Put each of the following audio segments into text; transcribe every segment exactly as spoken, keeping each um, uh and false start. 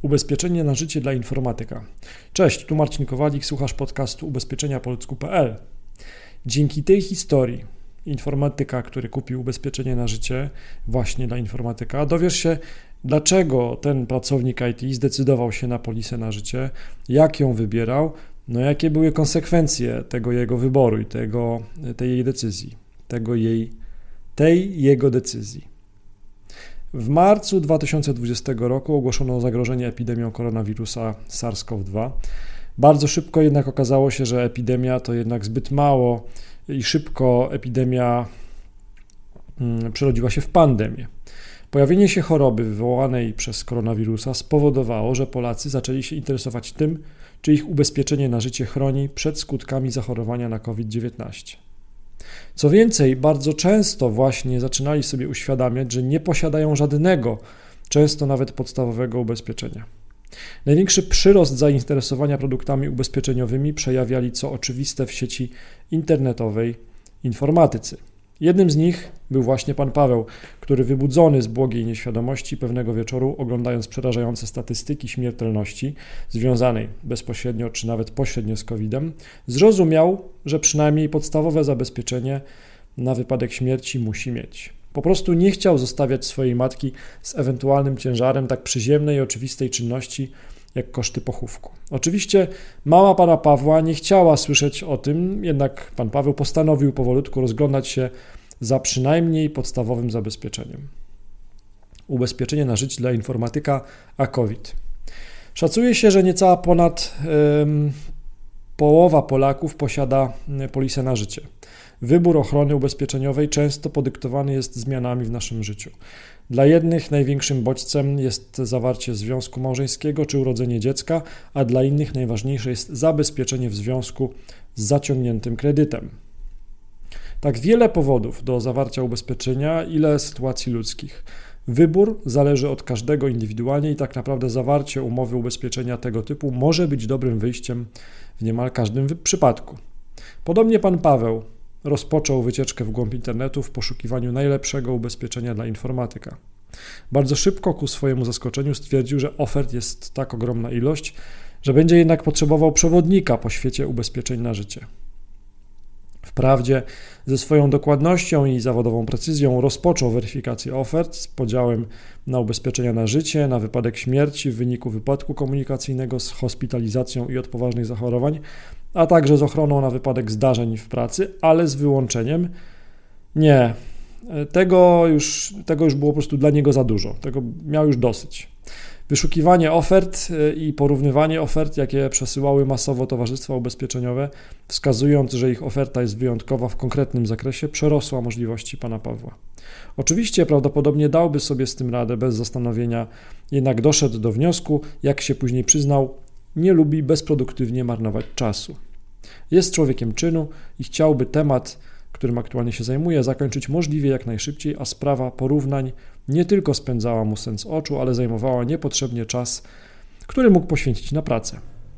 Ubezpieczenie na życie dla informatyka. Cześć, tu Marcin Kowalik, słuchasz podcastu ubezpieczenia po ludzku kropka p l. Dzięki tej historii informatyka, który kupił ubezpieczenie na życie właśnie dla informatyka, dowiesz się, dlaczego ten pracownik I T zdecydował się na polisę na życie, jak ją wybierał, no jakie były konsekwencje tego jego wyboru i tego, tej jej decyzji, tego jej, tej jego decyzji. W marcu dwa tysiące dwudziestego roku ogłoszono zagrożenie epidemią koronawirusa SARS-CoV dwa. Bardzo szybko jednak okazało się, że epidemia to jednak zbyt mało i szybko epidemia przerodziła się w pandemię. Pojawienie się choroby wywołanej przez koronawirusa spowodowało, że Polacy zaczęli się interesować tym, czy ich ubezpieczenie na życie chroni przed skutkami zachorowania na COVID dziewiętnaście. Co więcej, bardzo często właśnie zaczynali sobie uświadamiać, że nie posiadają żadnego, często nawet podstawowego ubezpieczenia. Największy przyrost zainteresowania produktami ubezpieczeniowymi przejawiali, co oczywiste, w sieci internetowej informatycy. Jednym z nich był właśnie pan Paweł, który wybudzony z błogiej nieświadomości pewnego wieczoru, oglądając przerażające statystyki śmiertelności związanej bezpośrednio czy nawet pośrednio z kowidem, zrozumiał, że przynajmniej podstawowe zabezpieczenie na wypadek śmierci musi mieć. Po prostu nie chciał zostawiać swojej matki z ewentualnym ciężarem tak przyziemnej i oczywistej czynności, jak koszty pochówku. Oczywiście mama pana Pawła nie chciała słyszeć o tym, jednak pan Paweł postanowił powolutku rozglądać się za przynajmniej podstawowym zabezpieczeniem. Ubezpieczenie na życie dla informatyka a COVID. Szacuje się, że niecała ponad ym, połowa Polaków posiada polisę na życie. Wybór ochrony ubezpieczeniowej często podyktowany jest zmianami w naszym życiu. Dla jednych największym bodźcem jest zawarcie związku małżeńskiego czy urodzenie dziecka, a dla innych najważniejsze jest zabezpieczenie w związku z zaciągniętym kredytem. Tak wiele powodów do zawarcia ubezpieczenia, ile sytuacji ludzkich. Wybór zależy od każdego indywidualnie i tak naprawdę zawarcie umowy ubezpieczenia tego typu może być dobrym wyjściem w niemal każdym przypadku. Podobnie pan Paweł rozpoczął wycieczkę w głąb internetu w poszukiwaniu najlepszego ubezpieczenia dla informatyka. Bardzo szybko ku swojemu zaskoczeniu stwierdził, że ofert jest tak ogromna ilość, że będzie jednak potrzebował przewodnika po świecie ubezpieczeń na życie. Wprawdzie ze swoją dokładnością i zawodową precyzją rozpoczął weryfikację ofert z podziałem na ubezpieczenia na życie, na wypadek śmierci w wyniku wypadku komunikacyjnego z hospitalizacją i od poważnych zachorowań, a także z ochroną na wypadek zdarzeń w pracy, ale z wyłączeniem nie, tego już, tego już było po prostu dla niego za dużo, tego miał już dosyć. Wyszukiwanie ofert i porównywanie ofert, jakie przesyłały masowo towarzystwa ubezpieczeniowe, wskazując, że ich oferta jest wyjątkowa w konkretnym zakresie, przerosła możliwości pana Pawła. Oczywiście prawdopodobnie dałby sobie z tym radę bez zastanowienia, jednak doszedł do wniosku, jak się później przyznał, nie lubi bezproduktywnie marnować czasu. Jest człowiekiem czynu i chciałby temat, którym aktualnie się zajmuje, zakończyć możliwie jak najszybciej, a sprawa porównań nie tylko spędzała mu sen z oczu, ale zajmowała niepotrzebnie czas, który mógł poświęcić na pracę.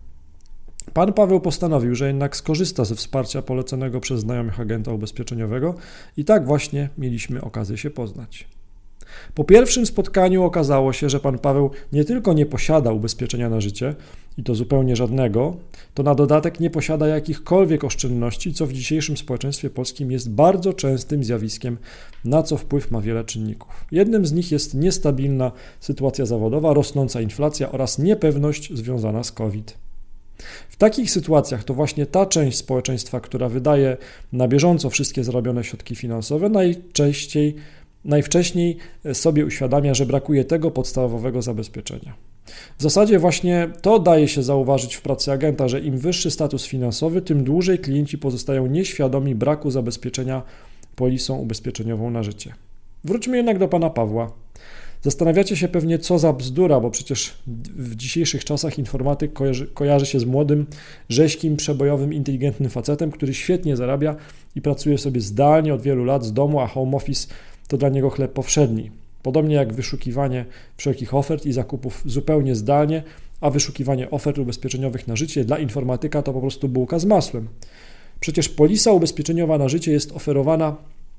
Pan Paweł postanowił, że jednak skorzysta ze wsparcia poleconego przez znajomych agenta ubezpieczeniowego i tak właśnie mieliśmy okazję się poznać. Po pierwszym spotkaniu okazało się, że pan Paweł nie tylko nie posiada ubezpieczenia na życie, i to zupełnie żadnego, to na dodatek nie posiada jakichkolwiek oszczędności, co w dzisiejszym społeczeństwie polskim jest bardzo częstym zjawiskiem, na co wpływ ma wiele czynników. Jednym z nich jest niestabilna sytuacja zawodowa, rosnąca inflacja oraz niepewność związana z COVID. W takich sytuacjach to właśnie ta część społeczeństwa, która wydaje na bieżąco wszystkie zarobione środki finansowe, najczęściej Najwcześniej sobie uświadamia, że brakuje tego podstawowego zabezpieczenia. W zasadzie właśnie to daje się zauważyć w pracy agenta, że im wyższy status finansowy, tym dłużej klienci pozostają nieświadomi braku zabezpieczenia polisą ubezpieczeniową na życie. Wróćmy jednak do pana Pawła. Zastanawiacie się pewnie, co za bzdura, bo przecież w dzisiejszych czasach informatyk kojarzy, kojarzy się z młodym, rześkim, przebojowym, inteligentnym facetem, który świetnie zarabia i pracuje sobie zdalnie od wielu lat z domu, a home office to dla niego chleb powszedni. Podobnie jak wyszukiwanie wszelkich ofert i zakupów zupełnie zdalnie, a wyszukiwanie ofert ubezpieczeniowych na życie dla informatyka to po prostu bułka z masłem. Przecież polisa ubezpieczeniowa na życie jest oferowana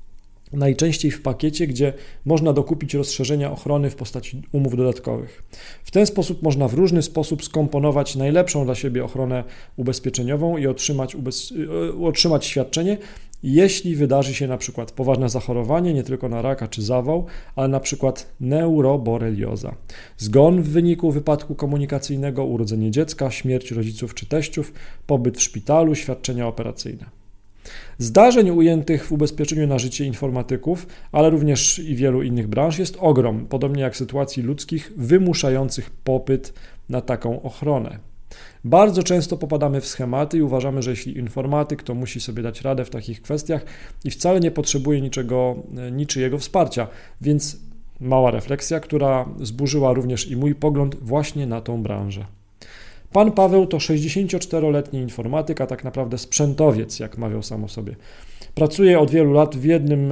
najczęściej w pakiecie, gdzie można dokupić rozszerzenia ochrony w postaci umów dodatkowych. W ten sposób można w różny sposób skomponować najlepszą dla siebie ochronę ubezpieczeniową i otrzymać, ubez... otrzymać świadczenie, jeśli wydarzy się na przykład poważne zachorowanie, nie tylko na raka czy zawał, ale na przykład neuroborelioza, zgon w wyniku wypadku komunikacyjnego, urodzenie dziecka, śmierć rodziców czy teściów, pobyt w szpitalu, świadczenia operacyjne. Zdarzeń ujętych w ubezpieczeniu na życie informatyków, ale również i wielu innych branż jest ogrom, podobnie jak sytuacji ludzkich wymuszających popyt na taką ochronę. Bardzo często popadamy w schematy i uważamy, że jeśli informatyk, to musi sobie dać radę w takich kwestiach i wcale nie potrzebuje niczego, niczyjego wsparcia, więc mała refleksja, która zburzyła również i mój pogląd właśnie na tą branżę. Pan Paweł to sześćdziesięcioczteroletni informatyk, a tak naprawdę sprzętowiec, jak mawiał sam o sobie. Pracuje od wielu lat w, jednym,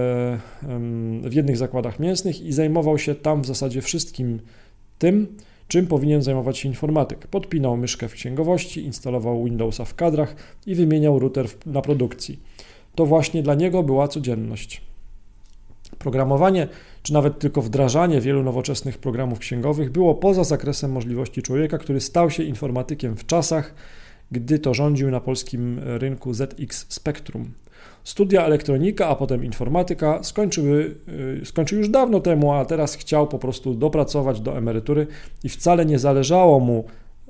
w jednych zakładach mięsnych i zajmował się tam w zasadzie wszystkim tym, czym powinien zajmować się informatyk. Podpinał myszkę w księgowości, instalował Windowsa w kadrach i wymieniał router na produkcji. To właśnie dla niego była codzienność. Programowanie, czy nawet tylko wdrażanie wielu nowoczesnych programów księgowych było poza zakresem możliwości człowieka, który stał się informatykiem w czasach, gdy to rządził na polskim rynku Z X Spectrum. Studia elektronika, a potem informatyka skończyły, skończył już dawno temu, a teraz chciał po prostu dopracować do emerytury i wcale nie zależało mu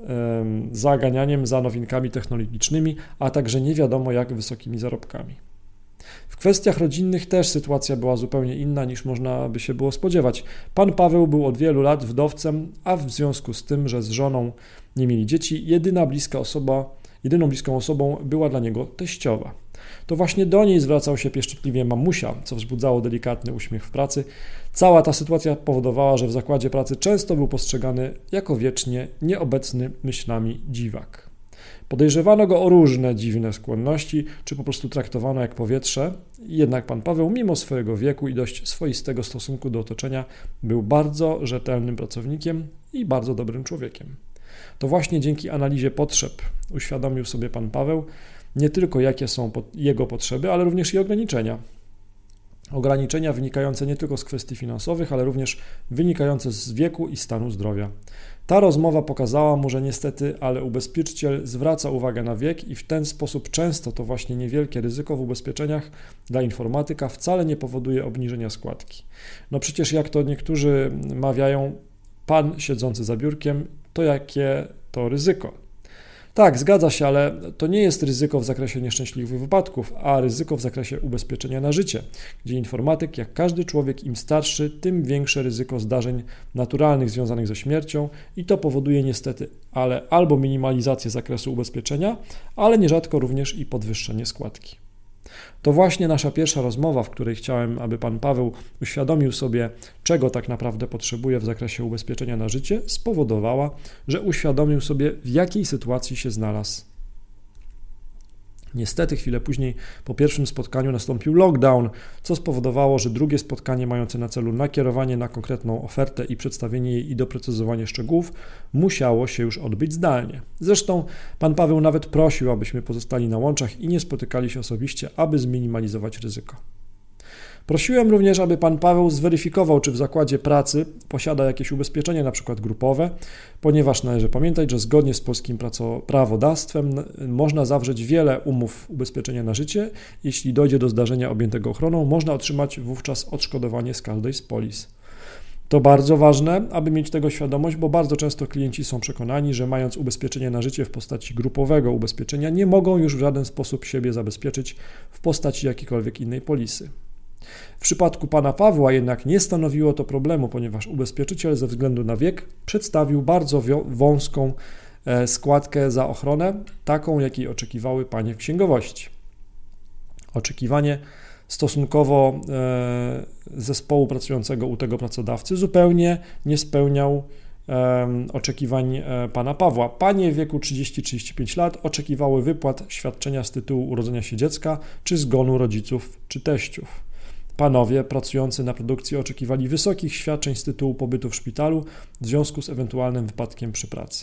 zaganianiem za nowinkami technologicznymi, a także nie wiadomo jak wysokimi zarobkami. W kwestiach rodzinnych też sytuacja była zupełnie inna niż można by się było spodziewać. Pan Paweł był od wielu lat wdowcem, a w związku z tym, że z żoną nie mieli dzieci, jedyna bliska osoba, jedyną bliską osobą była dla niego teściowa. To właśnie do niej zwracał się pieszczotliwie mamusia, co wzbudzało delikatny uśmiech w pracy. Cała ta sytuacja powodowała, że w zakładzie pracy często był postrzegany jako wiecznie nieobecny myślami dziwak. Podejrzewano go o różne dziwne skłonności, czy po prostu traktowano jak powietrze, jednak pan Paweł, mimo swojego wieku i dość swoistego stosunku do otoczenia, był bardzo rzetelnym pracownikiem i bardzo dobrym człowiekiem. To właśnie dzięki analizie potrzeb uświadomił sobie pan Paweł nie tylko jakie są jego potrzeby, ale również i ograniczenia. Ograniczenia wynikające nie tylko z kwestii finansowych, ale również wynikające z wieku i stanu zdrowia. Ta rozmowa pokazała mu, że niestety, ale ubezpieczyciel zwraca uwagę na wiek i w ten sposób często to właśnie niewielkie ryzyko w ubezpieczeniach dla informatyka wcale nie powoduje obniżenia składki. No przecież jak to niektórzy mawiają, pan siedzący za biurkiem, to jakie to ryzyko? Tak, zgadza się, ale to nie jest ryzyko w zakresie nieszczęśliwych wypadków, a ryzyko w zakresie ubezpieczenia na życie, gdzie informatyk, jak każdy człowiek, im starszy, tym większe ryzyko zdarzeń naturalnych związanych ze śmiercią i to powoduje niestety ale albo minimalizację zakresu ubezpieczenia, ale nierzadko również i podwyższenie składki. To właśnie nasza pierwsza rozmowa, w której chciałem, aby pan Paweł uświadomił sobie, czego tak naprawdę potrzebuje w zakresie ubezpieczenia na życie, spowodowała, że uświadomił sobie, w jakiej sytuacji się znalazł. Niestety chwilę później po pierwszym spotkaniu nastąpił lockdown, co spowodowało, że drugie spotkanie mające na celu nakierowanie na konkretną ofertę i przedstawienie jej i doprecyzowanie szczegółów musiało się już odbyć zdalnie. Zresztą pan Paweł nawet prosił, abyśmy pozostali na łączach i nie spotykali się osobiście, aby zminimalizować ryzyko. Prosiłem również, aby pan Paweł zweryfikował, czy w zakładzie pracy posiada jakieś ubezpieczenie, na przykład grupowe, ponieważ należy pamiętać, że zgodnie z polskim prawodawstwem można zawrzeć wiele umów ubezpieczenia na życie. Jeśli dojdzie do zdarzenia objętego ochroną, można otrzymać wówczas odszkodowanie z każdej z polis. To bardzo ważne, aby mieć tego świadomość, bo bardzo często klienci są przekonani, że mając ubezpieczenie na życie w postaci grupowego ubezpieczenia, nie mogą już w żaden sposób siebie zabezpieczyć w postaci jakiejkolwiek innej polisy. W przypadku pana Pawła jednak nie stanowiło to problemu, ponieważ ubezpieczyciel ze względu na wiek przedstawił bardzo wąską składkę za ochronę, taką jakiej oczekiwały panie w księgowości. Oczekiwanie stosunkowo zespołu pracującego u tego pracodawcy zupełnie nie spełniał oczekiwań pana Pawła. Panie w wieku trzydzieści do trzydziestu pięciu lat oczekiwały wypłat świadczenia z tytułu urodzenia się dziecka, czy zgonu rodziców, czy teściów. Panowie pracujący na produkcji oczekiwali wysokich świadczeń z tytułu pobytu w szpitalu w związku z ewentualnym wypadkiem przy pracy.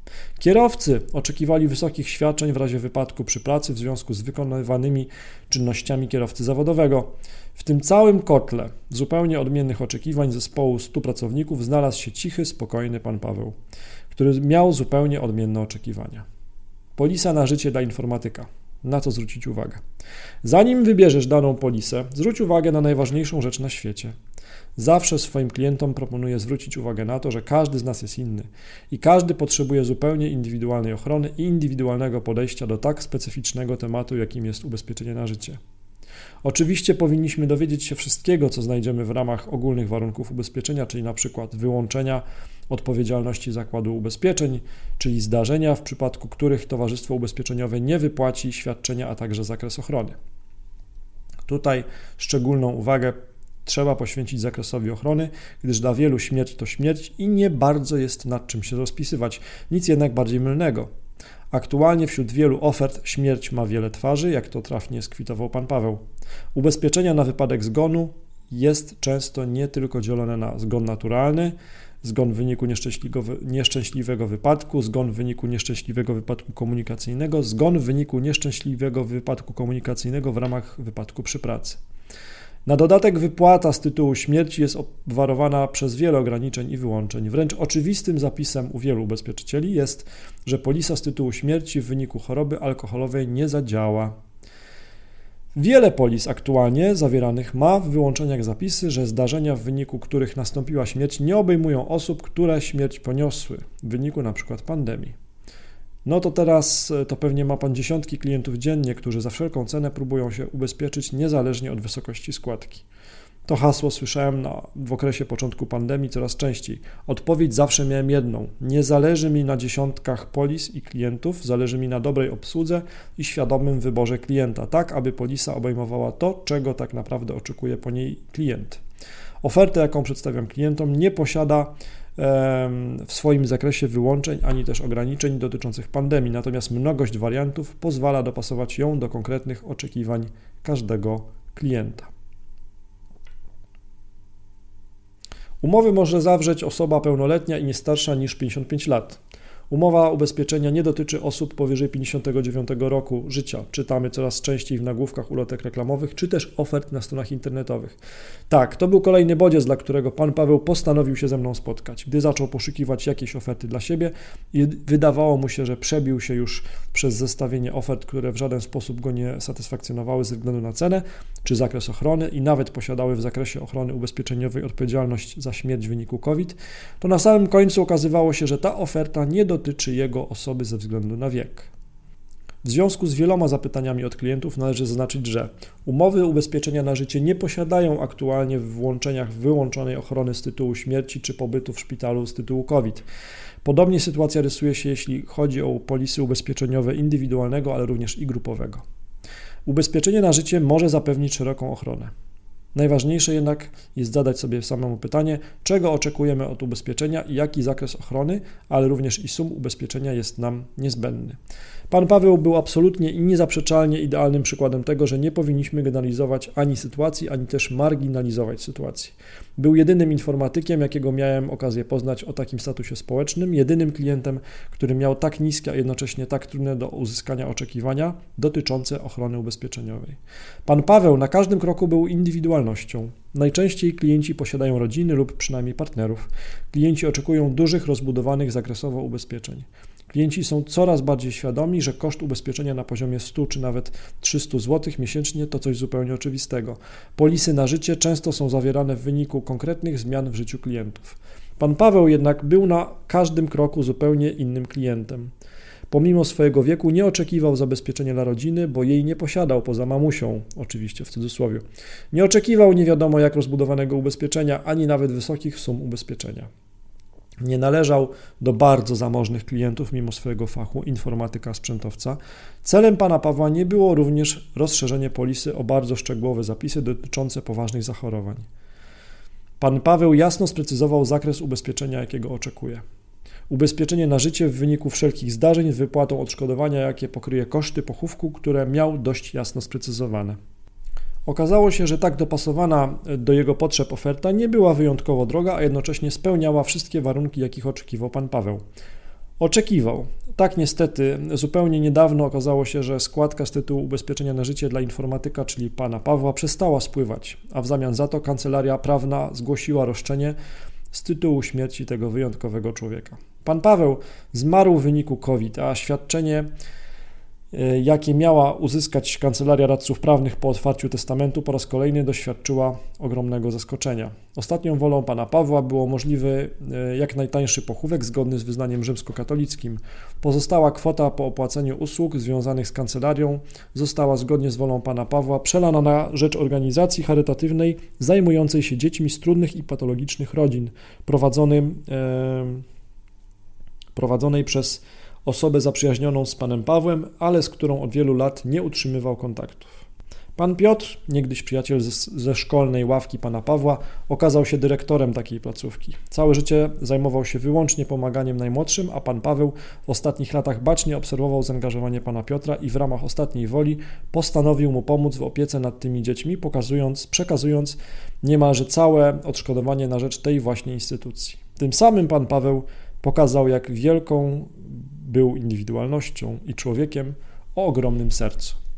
Kierowcy oczekiwali wysokich świadczeń w razie wypadku przy pracy w związku z wykonywanymi czynnościami kierowcy zawodowego. W tym całym kotle zupełnie odmiennych oczekiwań zespołu stu pracowników znalazł się cichy, spokojny pan Paweł, który miał zupełnie odmienne oczekiwania. Polisa na życie dla informatyka. Na co zwrócić uwagę? Zanim wybierzesz daną polisę, zwróć uwagę na najważniejszą rzecz na świecie. Zawsze swoim klientom proponuję zwrócić uwagę na to, że każdy z nas jest inny i każdy potrzebuje zupełnie indywidualnej ochrony i indywidualnego podejścia do tak specyficznego tematu, jakim jest ubezpieczenie na życie. Oczywiście powinniśmy dowiedzieć się wszystkiego, co znajdziemy w ramach ogólnych warunków ubezpieczenia, czyli na przykład wyłączenia odpowiedzialności zakładu ubezpieczeń, czyli zdarzenia, w przypadku których towarzystwo ubezpieczeniowe nie wypłaci świadczenia, a także zakres ochrony. Tutaj szczególną uwagę trzeba poświęcić zakresowi ochrony, gdyż dla wielu śmierć to śmierć i nie bardzo jest nad czym się rozpisywać, nic jednak bardziej mylnego. Aktualnie wśród wielu ofert śmierć ma wiele twarzy, jak to trafnie skwitował pan Paweł. Ubezpieczenia na wypadek zgonu jest często nie tylko dzielone na zgon naturalny, zgon w wyniku nieszczęśliwego, nieszczęśliwego wypadku, zgon w wyniku nieszczęśliwego wypadku komunikacyjnego, zgon w wyniku nieszczęśliwego wypadku komunikacyjnego w ramach wypadku przy pracy. Na dodatek wypłata z tytułu śmierci jest obwarowana przez wiele ograniczeń i wyłączeń. Wręcz oczywistym zapisem u wielu ubezpieczycieli jest, że polisa z tytułu śmierci w wyniku choroby alkoholowej nie zadziała. Wiele polis aktualnie zawieranych ma w wyłączeniach zapisy, że zdarzenia, w wyniku których nastąpiła śmierć, nie obejmują osób, które śmierć poniosły w wyniku np. pandemii. No to teraz to pewnie ma pan dziesiątki klientów dziennie, którzy za wszelką cenę próbują się ubezpieczyć niezależnie od wysokości składki. To hasło słyszałem na, w okresie początku pandemii coraz częściej. Odpowiedź zawsze miałem jedną. Nie zależy mi na dziesiątkach polis i klientów, zależy mi na dobrej obsłudze i świadomym wyborze klienta, tak aby polisa obejmowała to, czego tak naprawdę oczekuje po niej klient. Oferta, jaką przedstawiam klientom, nie posiada w swoim zakresie wyłączeń ani też ograniczeń dotyczących pandemii, natomiast mnogość wariantów pozwala dopasować ją do konkretnych oczekiwań każdego klienta. Umowy może zawrzeć osoba pełnoletnia i nie starsza niż pięćdziesiąt pięć lat. Umowa ubezpieczenia nie dotyczy osób powyżej pięćdziesiątego dziewiątego roku życia. Czytamy coraz częściej w nagłówkach ulotek reklamowych, czy też ofert na stronach internetowych. Tak, to był kolejny bodziec, dla którego pan Paweł postanowił się ze mną spotkać. Gdy zaczął poszukiwać jakiejś oferty dla siebie i wydawało mu się, że przebił się już przez zestawienie ofert, które w żaden sposób go nie satysfakcjonowały ze względu na cenę czy zakres ochrony i nawet posiadały w zakresie ochrony ubezpieczeniowej odpowiedzialność za śmierć w wyniku COVID, to na samym końcu okazywało się, że ta oferta nie dotyczy jego osoby ze względu na wiek. W związku z wieloma zapytaniami od klientów należy zaznaczyć, że umowy ubezpieczenia na życie nie posiadają aktualnie w włączeniach wyłączonej ochrony z tytułu śmierci czy pobytu w szpitalu z tytułu COVID. Podobnie sytuacja rysuje się, jeśli chodzi o polisy ubezpieczeniowe indywidualnego, ale również i grupowego. Ubezpieczenie na życie może zapewnić szeroką ochronę. Najważniejsze jednak jest zadać sobie samemu pytanie, czego oczekujemy od ubezpieczenia i jaki zakres ochrony, ale również i sum ubezpieczenia jest nam niezbędny. Pan Paweł był absolutnie i niezaprzeczalnie idealnym przykładem tego, że nie powinniśmy generalizować ani sytuacji, ani też marginalizować sytuacji. Był jedynym informatykiem, jakiego miałem okazję poznać o takim statusie społecznym, jedynym klientem, który miał tak niskie, a jednocześnie tak trudne do uzyskania oczekiwania dotyczące ochrony ubezpieczeniowej. Pan Paweł na każdym kroku był indywidualnością. Najczęściej klienci posiadają rodziny lub przynajmniej partnerów. Klienci oczekują dużych, rozbudowanych zakresowo ubezpieczeń. Klienci są coraz bardziej świadomi, że koszt ubezpieczenia na poziomie stu czy nawet trzystu złotych miesięcznie to coś zupełnie oczywistego. Polisy na życie często są zawierane w wyniku konkretnych zmian w życiu klientów. Pan Paweł jednak był na każdym kroku zupełnie innym klientem. Pomimo swojego wieku nie oczekiwał zabezpieczenia dla rodziny, bo jej nie posiadał poza mamusią, oczywiście w cudzysłowie. Nie oczekiwał nie wiadomo jak rozbudowanego ubezpieczenia, ani nawet wysokich sum ubezpieczenia. Nie należał do bardzo zamożnych klientów mimo swojego fachu informatyka sprzętowca. Celem pana Pawła nie było również rozszerzenie polisy o bardzo szczegółowe zapisy dotyczące poważnych zachorowań. Pan Paweł jasno sprecyzował zakres ubezpieczenia, jakiego oczekuje. Ubezpieczenie na życie w wyniku wszelkich zdarzeń z wypłatą odszkodowania, jakie pokryje koszty pochówku, które miał dość jasno sprecyzowane. Okazało się, że tak dopasowana do jego potrzeb oferta nie była wyjątkowo droga, a jednocześnie spełniała wszystkie warunki, jakich oczekiwał pan Paweł. oczekiwał. Tak niestety, zupełnie niedawno okazało się, że składka z tytułu ubezpieczenia na życie dla informatyka, czyli pana Pawła, przestała spływać, a w zamian za to kancelaria prawna zgłosiła roszczenie z tytułu śmierci tego wyjątkowego człowieka. Pan Paweł zmarł w wyniku COVID, a świadczenie, jakie miała uzyskać Kancelaria Radców Prawnych po otwarciu testamentu, po raz kolejny doświadczyła ogromnego zaskoczenia. Ostatnią wolą pana Pawła było możliwy jak najtańszy pochówek zgodny z wyznaniem rzymskokatolickim. Pozostała kwota po opłaceniu usług związanych z kancelarią została zgodnie z wolą pana Pawła przelana na rzecz organizacji charytatywnej zajmującej się dziećmi z trudnych i patologicznych rodzin, prowadzonym, e, prowadzonej przez osobę zaprzyjaźnioną z panem Pawłem, ale z którą od wielu lat nie utrzymywał kontaktów. Pan Piotr, niegdyś przyjaciel ze, ze szkolnej ławki pana Pawła, okazał się dyrektorem takiej placówki. Całe życie zajmował się wyłącznie pomaganiem najmłodszym, a pan Paweł w ostatnich latach bacznie obserwował zaangażowanie pana Piotra i w ramach ostatniej woli postanowił mu pomóc w opiece nad tymi dziećmi, pokazując, przekazując niemalże całe odszkodowanie na rzecz tej właśnie instytucji. Tym samym pan Paweł pokazał, jak wielką był indywidualnością i człowiekiem o ogromnym sercu.